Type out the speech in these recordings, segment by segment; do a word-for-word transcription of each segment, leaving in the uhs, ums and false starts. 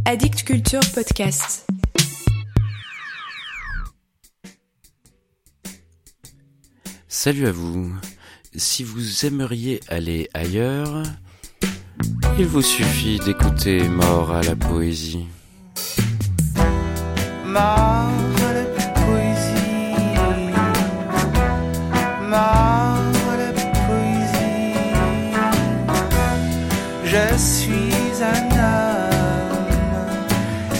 Addict Culture Podcast. Salut à vous. Si vous aimeriez aller ailleurs, il vous suffit d'écouter Mort à la poésie. Mort à la poésie, mort à la poésie. Je suis un homme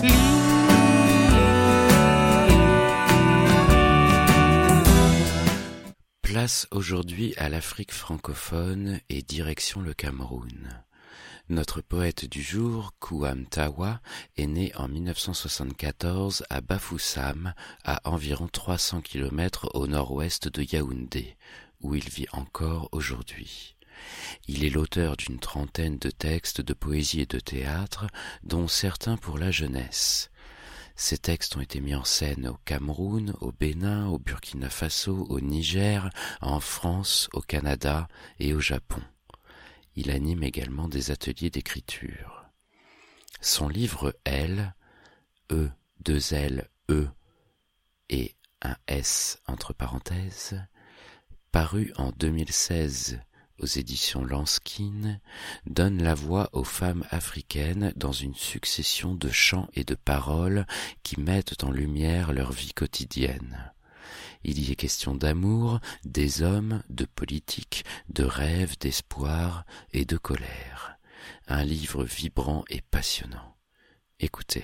libre. Place aujourd'hui à l'Afrique francophone et direction le Cameroun. Notre poète du jour, Kouam Tawa, est né en mille neuf cent soixante-quatorze à Bafoussam, à environ trois cents kilomètres au nord-ouest de Yaoundé, où il vit encore aujourd'hui. Il est l'auteur d'une trentaine de textes de poésie et de théâtre, dont certains pour la jeunesse. Ces textes ont été mis en scène au Cameroun, au Bénin, au Burkina Faso, au Niger, en France, au Canada et au Japon. Il anime également des ateliers d'écriture. Son livre L, E, deux L, E et un S entre parenthèses, paru en deux mille seize aux éditions Lanskin, donne la voix aux femmes africaines dans une succession de chants et de paroles qui mettent en lumière leur vie quotidienne. Il y est question d'amour, des hommes, de politique, de rêve, d'espoir et de colère. Un livre vibrant et passionnant. Écoutez.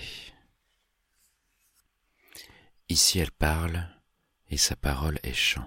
Ici elle parle, et sa parole est chant.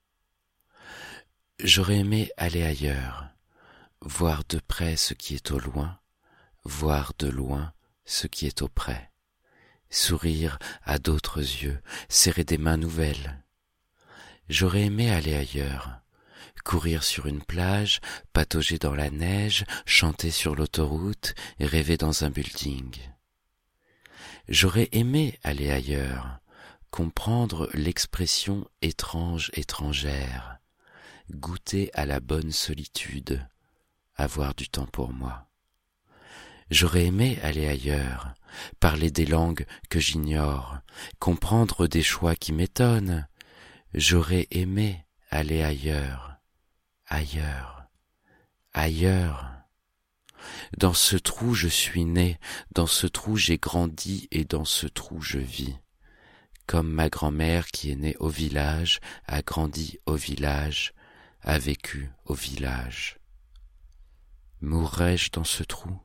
J'aurais aimé aller ailleurs, voir de près ce qui est au loin, voir de loin ce qui est auprès, sourire à d'autres yeux, serrer des mains nouvelles. J'aurais aimé aller ailleurs, courir sur une plage, patauger dans la neige, chanter sur l'autoroute et rêver dans un building. J'aurais aimé aller ailleurs, comprendre l'expression étrange étrangère, goûter à la bonne solitude, avoir du temps pour moi. J'aurais aimé aller ailleurs, parler des langues que j'ignore, comprendre des choix qui m'étonnent. J'aurais aimé aller ailleurs, ailleurs, ailleurs. Dans ce trou je suis né, dans ce trou j'ai grandi et dans ce trou je vis. Comme ma grand-mère qui est née au village, a grandi au village, a vécu au village. Mourrais-je dans ce trou?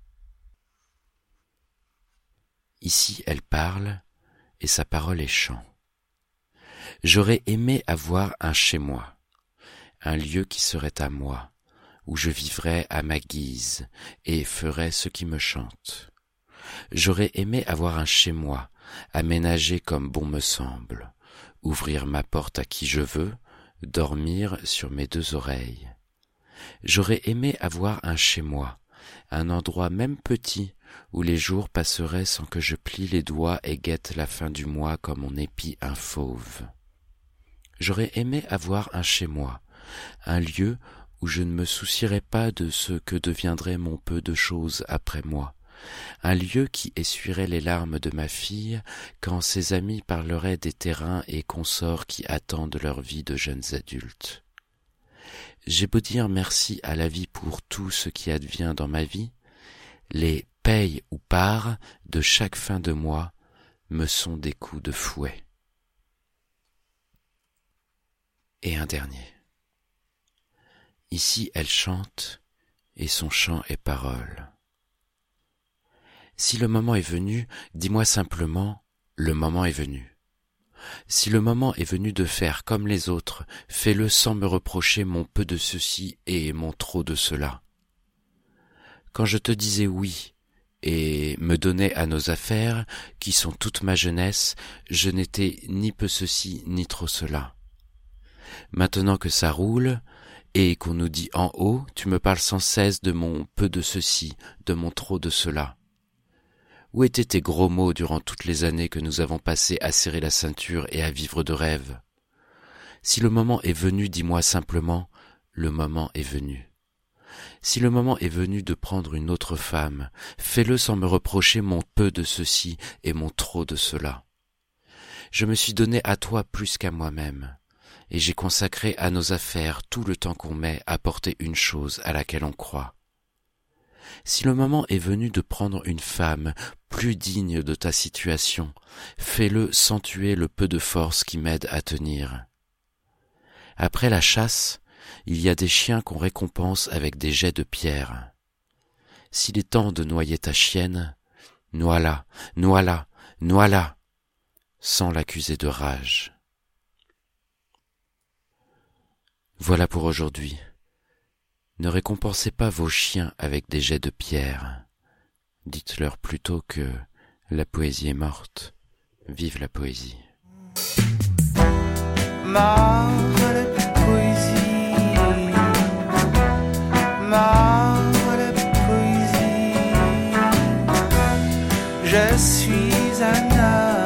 Ici elle parle, et sa parole est chant. J'aurais aimé avoir un chez-moi, un lieu qui serait à moi, où je vivrais à ma guise et ferais ce qui me chante. J'aurais aimé avoir un chez-moi, aménagé comme bon me semble, ouvrir ma porte à qui je veux, dormir sur mes deux oreilles. J'aurais aimé avoir un chez-moi, un endroit même petit, où les jours passeraient sans que je plie les doigts et guette la fin du mois comme on épie un fauve. J'aurais aimé avoir un chez-moi, un lieu où je ne me soucierais pas de ce que deviendrait mon peu de choses après moi, un lieu qui essuierait les larmes de ma fille quand ses amis parleraient des terrains et consorts qui attendent leur vie de jeunes adultes. J'ai beau dire merci à la vie pour tout ce qui advient dans ma vie, les payes ou parts de chaque fin de mois me sont des coups de fouet. Et un dernier. Ici elle chante, et son chant est parole. Si le moment est venu, dis-moi simplement, le moment est venu. Si le moment est venu de faire comme les autres, fais-le sans me reprocher mon peu de ceci et mon trop de cela. Quand je te disais oui, et me donnais à nos affaires, qui sont toute ma jeunesse, je n'étais ni peu ceci ni trop cela. Maintenant que ça roule, et qu'on nous dit en haut, tu me parles sans cesse de mon peu de ceci, de mon trop de cela. Où étaient tes gros mots durant toutes les années que nous avons passées à serrer la ceinture et à vivre de rêves? Si le moment est venu, dis-moi simplement, le moment est venu. Si le moment est venu de prendre une autre femme, fais-le sans me reprocher mon peu de ceci et mon trop de cela. Je me suis donné à toi plus qu'à moi-même, et j'ai consacré à nos affaires tout le temps qu'on met à porter une chose à laquelle on croit. Si le moment est venu de prendre une femme plus digne de ta situation, fais-le sans tuer le peu de force qui m'aide à tenir. Après la chasse, il y a des chiens qu'on récompense avec des jets de pierre. S'il est temps de noyer ta chienne, noie-la, noie-la, noie-la, sans l'accuser de rage. Voilà pour aujourd'hui. Ne récompensez pas vos chiens avec des jets de pierre. Dites-leur plutôt que la poésie est morte. Vive la poésie. Mort de poésie, mort de poésie. Je suis un homme.